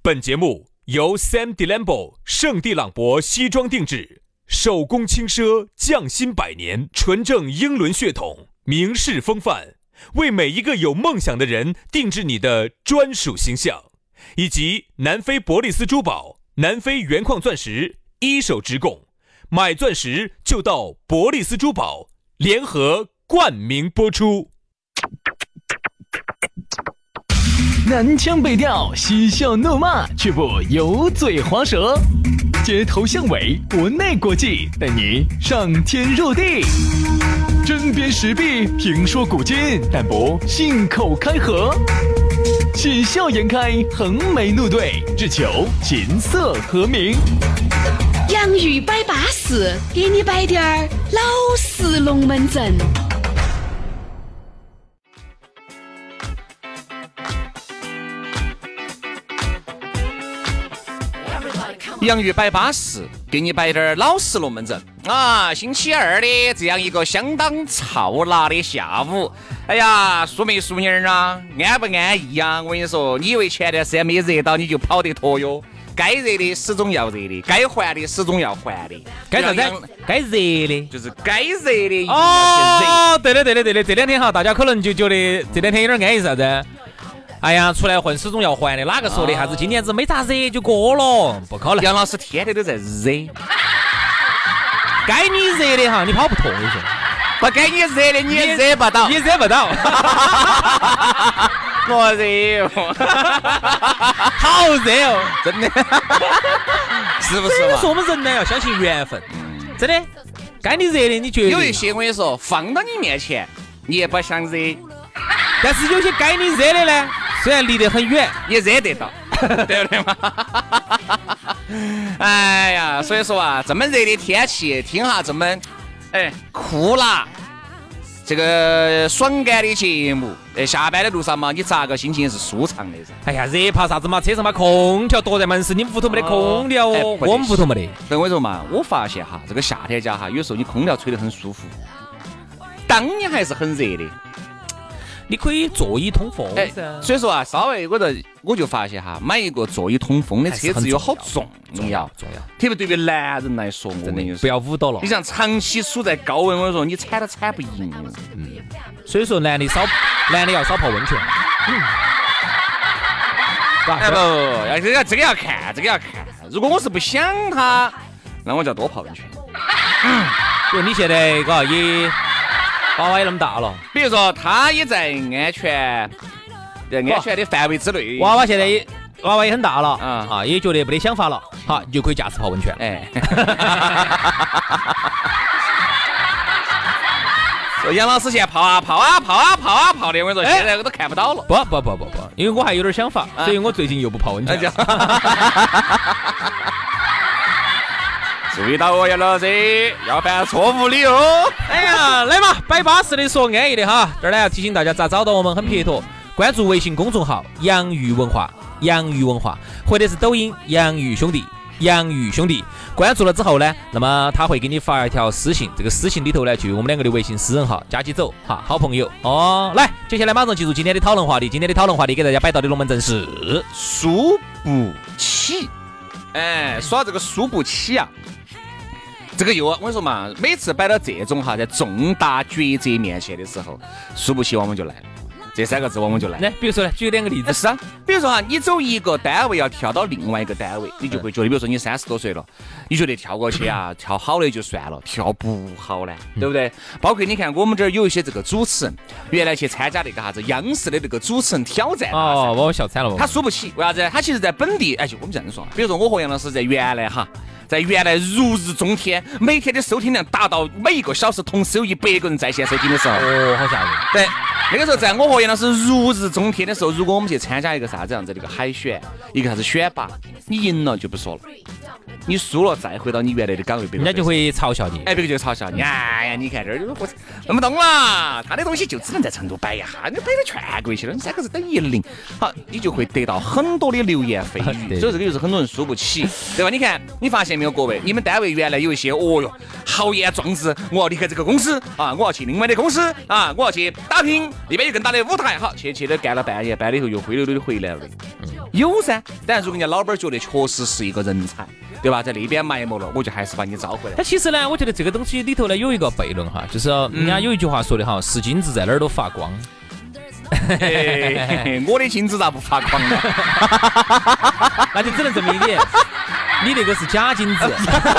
本节目由 Sam Delambo 圣地朗博西装定制，手工轻奢，匠心百年，纯正英伦血统，名士风范，为每一个有梦想的人定制你的专属形象，以及南非伯利斯珠宝、南非原矿钻石一手直供，买钻石就到伯利斯珠宝，联合冠名播出。 南腔北调，嬉笑怒骂，却不油嘴滑舌，街头巷尾，国内国际，带你上天入地，针砭时弊，评说古今，但不信口开河，喜笑颜开，横眉怒对，只求琴瑟和鸣。 洋芋摆巴士，给你摆点儿老式龙门阵。 洋芋摆巴士，给你摆点老实龙门阵啊！星期二的这样一个相当燥辣的下午，哎呀，淑妹淑女啊，安不安逸啊？我跟你说，你以为前段时间没热到你就跑得脱哟？该热的始终要热的，该还的始终要还的， 该啥子？该热的， 就是该热的。 哦，对的，这两天哈，大家可能就觉得这两天有点安逸啥子？哎呀，出来混始终要还的，哪个说的啥子今年子没咋热就过了？不可能。 杨老师天天都在热， 该你热的哈，你跑不脱的是。 不该你热的你也热不到， 你热不到。 我热哦， 好热哦， 真的，是不是嘛？ 说我们人呢要相信缘分，真的。该你热的你觉得有一些我跟你说放到你面前，你也不想热， 但是有些该你热的呢，虽然离得很远， 也热得到，对不对嘛？哎呀，所以说啊，这么热的天气，听下这么酷啦，这个爽感的节目，下班的路上嘛，你咋个心情是舒畅的噻？ 哎呀，热怕啥子嘛？车上把空调夺在门市，你们屋头没得空调哦，我们屋头没得。 所以我说嘛，我发现哈，这个夏天家哈，有时候你空调吹得很舒服，当你还是很热的。 你可以座椅通风噻， 所以说啊，稍微我就发现哈，买一个座椅通风的车子有好重要，特别对于男人来说，我跟你说， 不要捂到了。 你像长期处在高温，我说你铲都铲不赢。 所以说男的要少泡温泉。 这个要看。如果我是不想他，那我就要多泡温泉。 比如你现在也。娃娃也那么大了， 比如说他也在安全的范围之内。 娃娃也很大了，也觉得没得想法了，好，你就可以驾驶泡温泉。 杨老师现在泡的，我跟你说，现在我都看不到了。 不，因为我还有点想法，所以我最近又不泡温泉。 注意到我杨老师要犯错误的哦！ 哎呀，来嘛，摆巴适的说安逸的哈。这儿呢要提醒大家咋找到我们，很撇脱，关注微信公众号洋芋文化，或者是抖音洋芋兄弟。关注了之后呢，那么他会给你发一条私信，这个私信里头呢就有我们两个的微信私人号，加起走哈，好朋友哦。来，接下来马上进入今天的讨论话题。今天的讨论话题给大家摆到的龙门阵是输不起。耍这个输不起啊！这个我跟你说嘛，每次摆到这种哈，在重大抉择面前的时候，输不起往往就来了，这三个字往往就来了。 来，比如说呢，举两个例子。 是啊，比如说哈，你走一个单位要跳到另外一个单位，你就会觉得，比如说你30多岁了，你觉得跳过去啊，跳好了就算了，跳不好呢，对不对？包括你看我们这儿有一些这个主持人，原来去参加那个啥子央视的那个主持人挑战哦，我笑惨了。 他输不起，为啥子？他其实在本地，就我们这样说，比如说我和杨老师在原来如日中天，每天的收听量达到每一个小时同时有100个人在线收听的时候， 好吓人。 对，那个时候在我和杨老师如日中天的时候，如果我们去参加一个啥子样子的一个海选，一个啥子选拔，你赢了就不说了，你输了再回到你原来的岗位， 人家就会嘲笑你。 别个就嘲笑你。哎呀，你看这儿那么懂了，他的东西就只能在成都摆一下，你摆到全国去了，你3个字等于10，好，你就会得到很多的流言蜚语。所以这个就是很多人输不起，对吧？你看，你发现没有，各位，你们单位原来有一些豪言壮志，我要离开这个公司啊，我要去另外的公司啊，我要去打拼，那边有更大的舞台，好，去的干了半年，办了以后又灰溜溜的回来了。 有噻。但如果人家老板觉得确实是一个人才，对吧？在那边埋没了，我就还是把你招回来。 但其实呢，我觉得这个东西里头呢有一个悖论哈，就是人家有一句话说的哈，是金子在哪儿都发光。 我的金子咋不发光呢？ 那就只能证明你那个是假金子。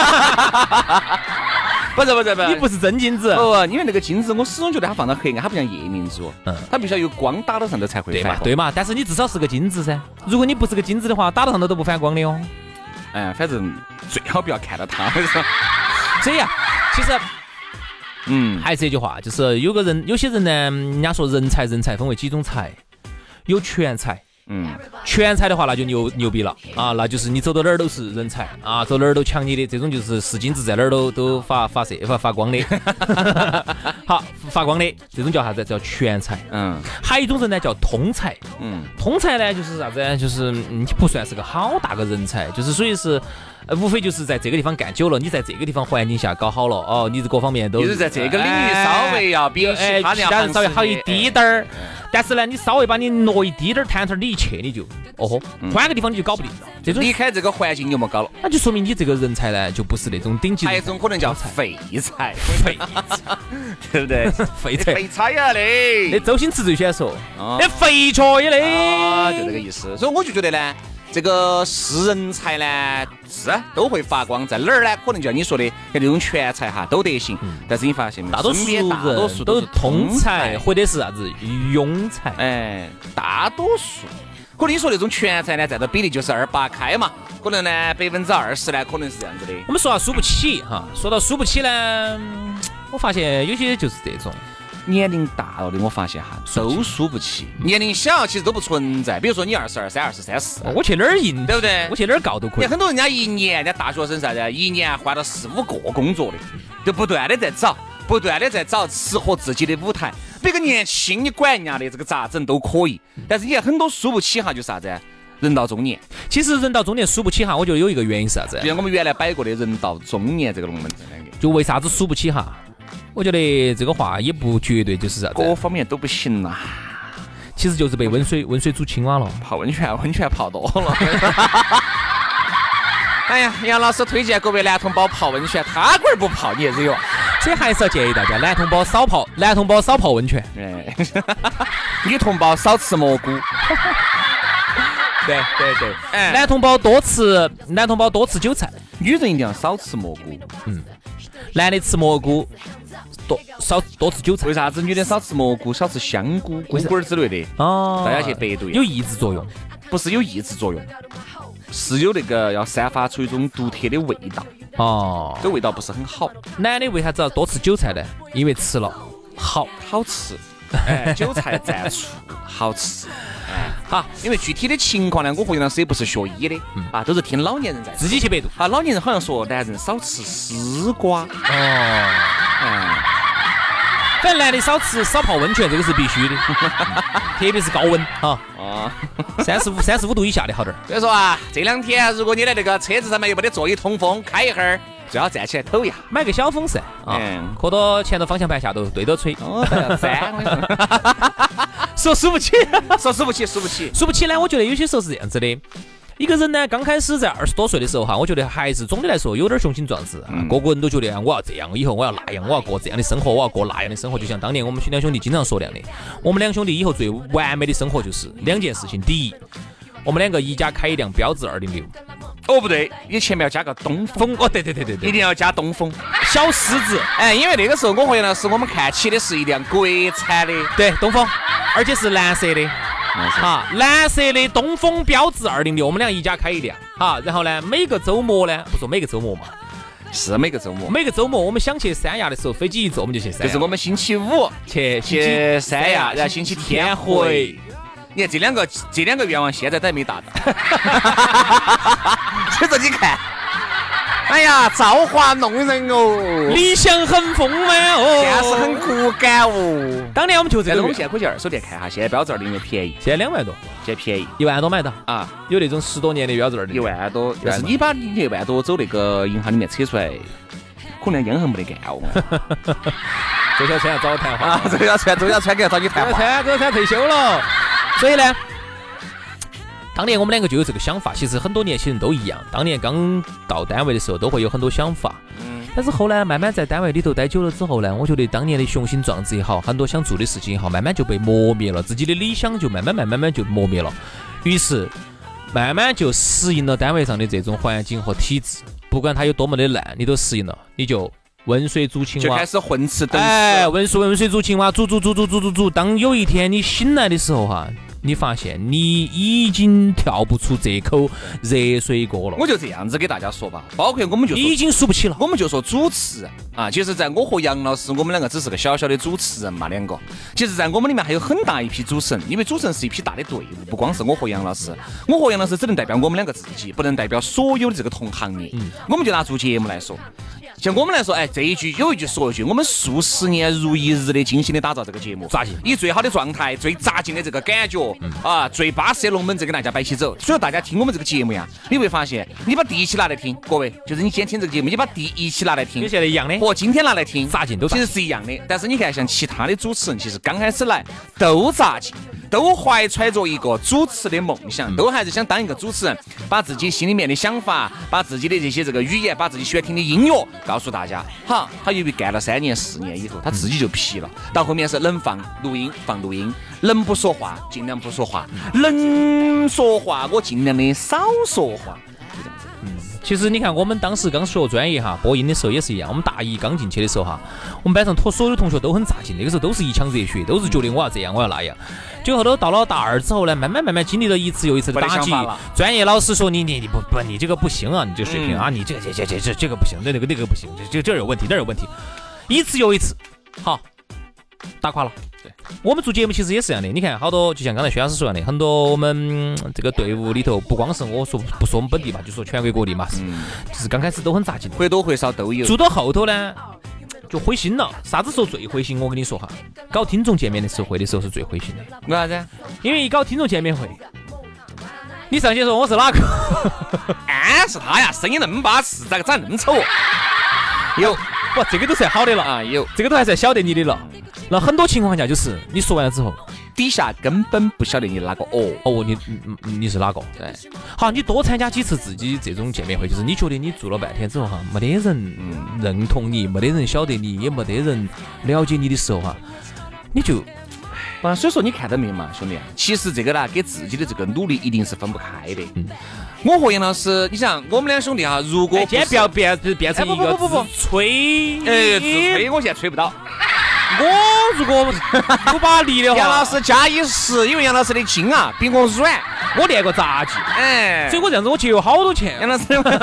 不是， 你不是真金子。 因为那个金子，我始终觉得它放到黑暗，它不像夜明珠，它必须要有光打到上头才会反光。 对嘛，但是你至少是个金子噻。如果你不是个金子的话，打到上头都不反光的哦。 反正最好不要看到它。 所以啊，其实。还是这句话，就是有些人呢，人家说人才分为几种才，有全才，全才的话那就牛逼了啊，那就是你走到哪儿都是人才啊，走哪儿都抢你的，这种就是金子在哪儿都发光的，好发光的，这种叫啥子？叫全才。还有一种人呢叫通才，通才呢就是啥子？就是你不算是个好大个人才，就是属于是。无非就是在这个地方干久了，你在这个地方环境下搞好了哦，你各方面都就是在这个领域稍微要比其他人稍微好一滴点儿。但是呢，你稍微把你挪一滴点儿摊头，你一去你就换个地方你就搞不定了。这种离开这个环境你就没搞了， 那就说明你这个人才呢就不是那种顶级。 还有一种可能叫废材，对不对？ 废材呀嘞！ 那周星驰最喜欢说，那废材呀嘞， 就这个意思。所以我就觉得呢。这个是人才呢，是都会发光，在哪儿呢？可能就像你说的，像那种全才哈都得行。但是你发现没？ 大多数都是通才或者是啥子庸才。 大多数。可能你说那种全才呢，占的比例就是2-8开嘛。可能呢20%呢，可能是这样子的。 我们说到输不起哈，说到输不起呢，我发现有些就是这种。 年龄大了的，我发现哈都输不起。年龄小其实都不存在，比如说你22、23、24， 我去哪儿赢， 对不对？ 我去哪儿告都可以。 很多人家一年，人家大学生啥子，一年换了4-5个工作的，就不断的在找适合自己的舞台。别个年轻，你管人家的这个咋整都可以，但是你看很多输不起哈，就啥子？人到中年。 其实人到中年输不起哈，我觉得有一个原因是啥子？ 就像我们原来摆过的人到中年这个龙门阵两个， 就为啥子输不起哈？我觉得这个话也不绝对就是啥子， 各方面都不行啦。 其实就是被温水煮青蛙了， 泡温泉泡多了。哎呀，杨老师推荐各位男同胞泡温泉，他龟儿不泡，你也是有。 所以还是要建议大家男同胞少泡温泉， 女同胞少吃蘑菇。 对，男同胞多吃韭菜， 女人一定要少吃蘑菇。 男的吃蘑菇，多吃韭菜。 为啥子女的少吃蘑菇，少吃香菇、菇棍之类的？大家去百度。 有抑制作用？ 不是有抑制作用，是有那个要散发出一种独特的味道。这味道不是很好。 男的为啥子要多吃韭菜呢？因为吃了好吃。韭菜蘸醋好吃。好，因为具体的情况呢，我和杨老师也不是学医的都是听老年人在自己去百度。 老年人好像说男人少吃丝瓜。 反正男的少泡温泉，这个是必须的，特别是高温35度以下的好点。 所以说啊，这2天如果你的那个车子上面又没得座椅通风，开一会儿最好站起来抖一下， 买个小风扇磕到前头方向盘下头对着吹。说输不起呢？我觉得有些时候是这样子的。一个人呢，刚开始在20多岁的时候哈，我觉得还是总的来说有点雄心壮志。个个人都觉得我要这样，以后我要那样，我要过这样的生活，我要过那样的生活。就像当年我们两兄弟经常说那样的，我们2兄弟以后最完美的生活就是2件事情。第一，我们2个一家开一辆标致206。 不对，你前面要加个东风。 对， 一定要加东风， 小狮子。 因为那个时候我和杨老师我们看起的是一辆国产的， 对，东风，而且是蓝色的。蓝色的东风标致206，我们俩一家开一辆。然后呢，每个周末呢，不说每个周末嘛， 是每个周末我们想去三亚的时候，飞机一坐我们就去三亚。 就是我们星期五去三亚，然后星期天回。你看这两个愿望现在都还没达到。所以说你看，哎呀，造化弄人哦， 理想很丰满哦， 现实很骨感哦。 当年我们就这个， 我们现在可以去二手店看哈，现在标致206便宜， 现在2万多， 现在便宜 1万多买到有那种10多年的标致206，1 万多。但是你把你1万多走那个银行里面扯出来，可能央行没得干哦。 周小川要找我谈话周小川给要找你谈话， 周小川退休了。所以呢， 当年我们两个就有这个想法，其实很多年轻人都一样，当年刚到单位的时候都会有很多想法。但是后来慢慢在单位里头待久了之后呢，我觉得当年的雄心壮志也好，很多想做的事情也好，慢慢就被磨灭了，自己的理想就慢慢就磨灭了。于是慢慢就适应了单位上的这种环境和体制，不管它有多么的烂，你都适应了，你就温水煮青蛙， 就开始混吃等死。 哎，温水煮青蛙，煮。当有一天你醒来的时候哈，你发现你已经跳不出这口热水锅了。 我就这样子给大家说吧，包括我们就已经数不起了。 我们就说主持人啊，其实在我和杨老师，我们两个只是个小小的主持人嘛，两个。其实，在我们里面还有很大一批主持人，因为主持人是一批大的队伍，不光是我和杨老师。我和杨老师只能代表我们两个自己，不能代表所有的这个同行业。我们就拿做节目来说。像我们来说，哎，这一句有一句说一句，我们数十年如一日的精心的打造这个节目， 扎劲， 以最好的状态、最扎劲的这个感觉啊，最巴适的龙门阵给大家摆起走。所以大家听我们这个节目呀，你会发现，你把第一期拿来听，各位，就是你今天听这个节目，你把第一期拿来听， 跟现在一样的， 和今天拿来听， 扎劲都其实是一样的。但是你看，像其他的主持人，其实刚开始来都扎劲，都怀揣着一个主持的梦想，都还是想当一个主持人，把自己心里面的想法，把自己的这些这个语言，把自己喜欢听的音乐告诉大家。好，他由于干了3年4年以后，他自己就疲了。到后面是能放录音，能不说话尽量不说话，能说话我尽量的少说话。 其实你看，我们当时刚学专业哈，播音的时候也是一样。我们大一刚进去的时候哈，我们班上所有的同学都很扎劲，那个时候都是一腔热血，都是觉得我要这样，我要那样。就后头到了大二之后呢，慢慢经历了一次又一次的打击。专业老师说你不你这个不行啊，你这个水平啊，你这个不行，那个不行，这有问题，那有问题，一次又一次，好，打垮了。对，我们做节目其实也是这样的。你看，好多就像刚才薛老师说的，很多我们这个队伍里头，不光是我说，不说我们本地吧，就说全国各地嘛，就是刚开始都很扎劲， 或多或少都有。 做到后头呢，就灰心了。啥子时候最灰心？我跟你说哈，搞听众见面的时候会的时候是最灰心的。 为啥子？ 因为一搞听众见面会，你上去说我是哪个？ 是他呀，声音那么巴适，咋个长那么丑？有不？这个都算好的了啊，有这个都还算晓得你的了。那很多情况下就是你说完了之后， 底下根本不晓得你哪个你是哪个？ 对， 好，你多参加几次自己这种见面会，就是你觉得你做了半天之后哈，没得人认同你，没得人晓得你，也没得人了解你的时候哈，你就所以说你看到没嘛，兄弟？其实这个呢，跟自己的这个努力一定是分不开的。我和杨老师，你想我们两兄弟哈，如果今天不要变成一个自吹， 自吹，我现在吹不到。 我如果不把力的话， 杨老师加10，因为杨老师的筋啊比我软， 我练过杂技，所以我这样子我节约好多钱。 杨老师，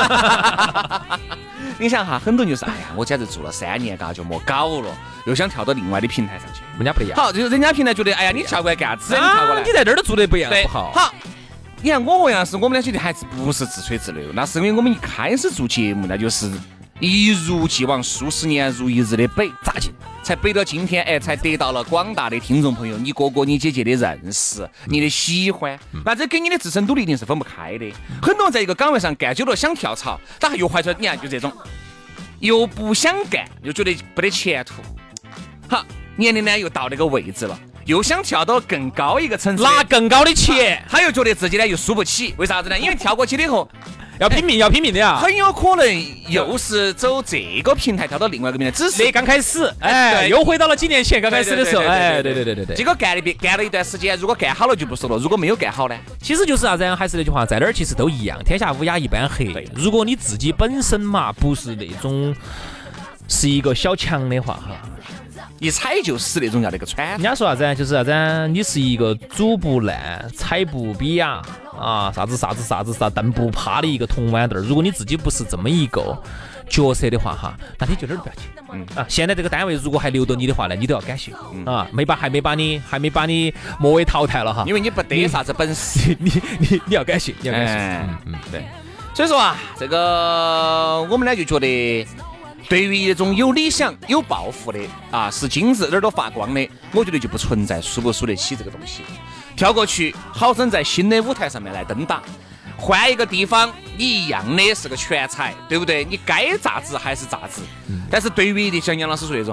你想哈，很多人就是哎呀，我简直做了3年嘎就没搞了，又想跳到另外的平台上去， 人家不一样。 好，就是人家平台觉得哎呀，你跳过来干啥子？你跳过来， 你在这儿都做得不一样，不好。 好，你看我和杨老师，我们俩兄弟还是不是自吹自擂？那是因为我们一开始做节目，那就是一如既往数十年如一日的北扎劲，才北到今天，哎，才得到了广大的听众朋友、你哥哥、你姐姐的认识、你的喜欢。那这跟你的自身努力一定是分不开的。很多人在一个岗位上干久了想跳槽，但还又怀着你看就这种，又不想干，又觉得没得前途。好，年龄呢又到那个位置了，又想跳到更高一个层次， 拿更高的钱， 他又觉得自己呢又输不起，为啥子呢？因为跳过去了以后。 要拼命的呀， 很有可能又是走这个平台跳到另外一个平台，只是刚开始，哎，又回到了几年前刚开始的时候，哎，对， 这个干了一段时间，如果干好了就不说了，如果没有干好呢， 其实就是啥子？还是那句话，在哪儿其实都一样，天下乌鸦一般黑。如果你自己本身嘛不是那种是一个小强的话哈。 一踩就死那种叫那个喘。 人家说啥子？就是啥子？你是一个煮不烂、踩不瘪啊，啥子蹬不趴的一个铜豌豆。如果你自己不是这么一个角色的话哈，那你就哪儿都不要去。现在这个单位如果还留到你的话呢，你都要感谢啊，还没把你末位淘汰了哈， 因为你不得啥子本事， 你要感谢，你要感谢。 对。所以说啊，这个我们呢就觉得。对于一种有理想、有抱负的啊，是金子耳朵发光的，我觉得就不存在输不输得起这个东西。跳过去，好生在新的舞台上面来登打。换一个地方，你一样的是个全才，对不对？你该咋子还是咋子。但是对于像杨老师说那种，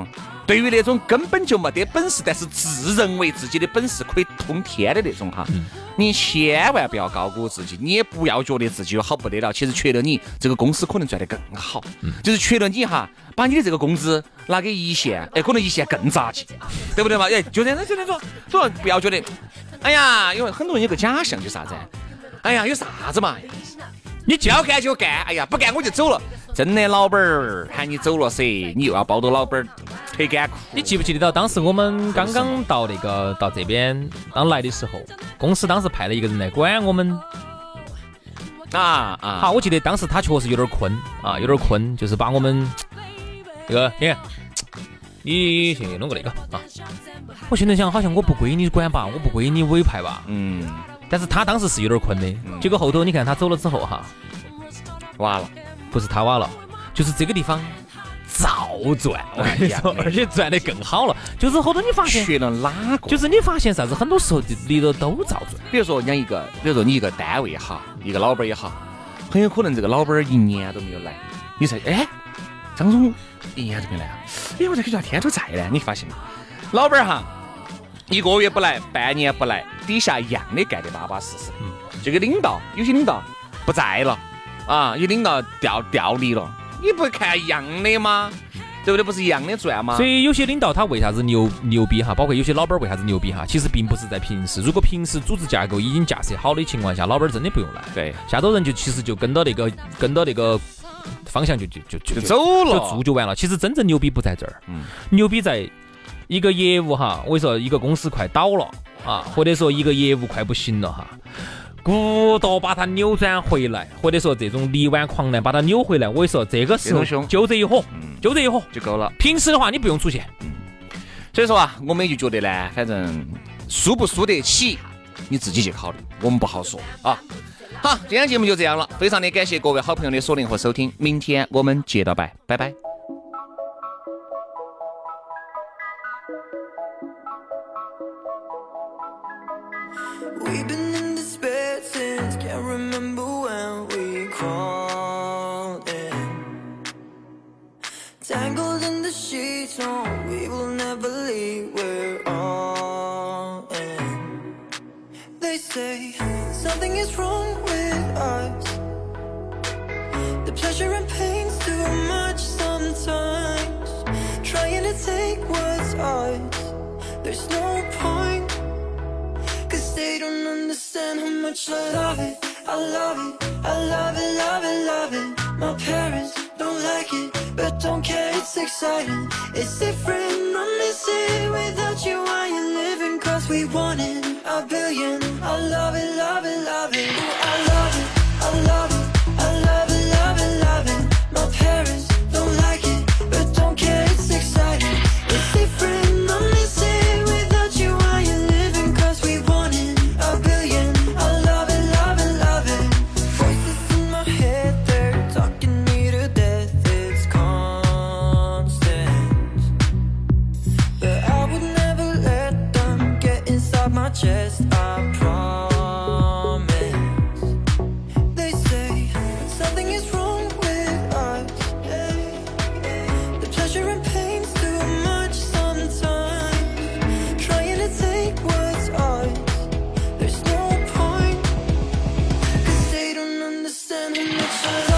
对于那种根本就没得本事，但是自认为自己的本事可以通天的那种哈，你千万不要高估自己，你也不要觉得自己有好不得了。其实缺了你，这个公司可能赚得更好。就是缺了你哈，把你的这个工资拿给一线，可能一线更扎劲，对不对嘛？就这样，所以不要觉得，哎呀，因为很多人有个假象就是啥子？哎呀，有啥子嘛？你就要干就干，哎呀，不干我就走了。真的，老板儿喊你走了噻，你又要抱着老板儿腿干裤。 你记不记得到当时我们刚刚到到这边刚来的时候，公司当时派了一个人来管我们。好，我记得当时他确实有点困，就是把我们这个，你看，你去弄个那个啊。我现在想，好像我不归你管吧，我不归你委派吧。但是他当时是有点困的，结果后头你看他走了之后哈， 瓦了， 不是他瓦了，就是这个地方照赚，而且赚得更好了。就是后头你发现， 学了哪个？ 就是你发现啥子，很多时候离了都照赚。 比如说你一个单位也好，一个老板也好，很有可能这个老板1年都没有来，你说张总1年都没来啊？我这个叫天都在呢，你发现没？老板哈。1个月不来，半年不来，底下一样的干得巴巴适适。这个有些领导不在了啊，有领导调离了，你不看一样的吗？对不对？不是一样的赚吗？ 所以有些领导他为啥子牛逼哈？包括有些老板为啥子牛逼哈？其实并不是在平时，如果平时组织架构已经架设好的情况下，老板真的不用来。 对， 下头人其实就跟到那个方向就走了， 就做就完了。其实真正牛逼不在这儿，牛逼在。一个业务哈，我跟你说，一个公司快倒了啊，或者说一个业务快不行了哈，鼓捣把它扭转回来，或者说这种力挽狂澜把它扭回来，我跟你说，这个时候就这一伙就够了。 平时的话你不用出现。 所以说啊，我们就觉得呢，反正输不输得起你自己去考虑，我们不好说啊。好，今天节目就这样了，非常的感谢各位好朋友的锁定和收听，明天我们接着拜，拜拜。 We've been in this bed since can't remember when we crawled in, tangled in the sheets, no, we will never leave, we're all in. They say something is wrong with us, the pleasure and pain's too much sometimes, trying to take what's ours, there's no point. They don't understand how much I love it, I love it, I love it, love it, love it. My parents don't like it, but don't care, it's exciting. It's different, I miss it without you, I ain't living. Cause we wanted a billion. I love it, love it, love it. I love it, I love it, I love it, love it, love it. My parents don't like it, but don't care, it's exciting. It's different, I miss it without you, I ain't living. Cause we wanted a billion. I love it, love it, love it. Voices in my head, they're talking me to death. It's constant, but I would never let them get inside my chest, I promise. They say something is wrong with us, the pleasure and pain's too much sometimes, trying to take what's ours, there's no point. Cause they don't understand how much I love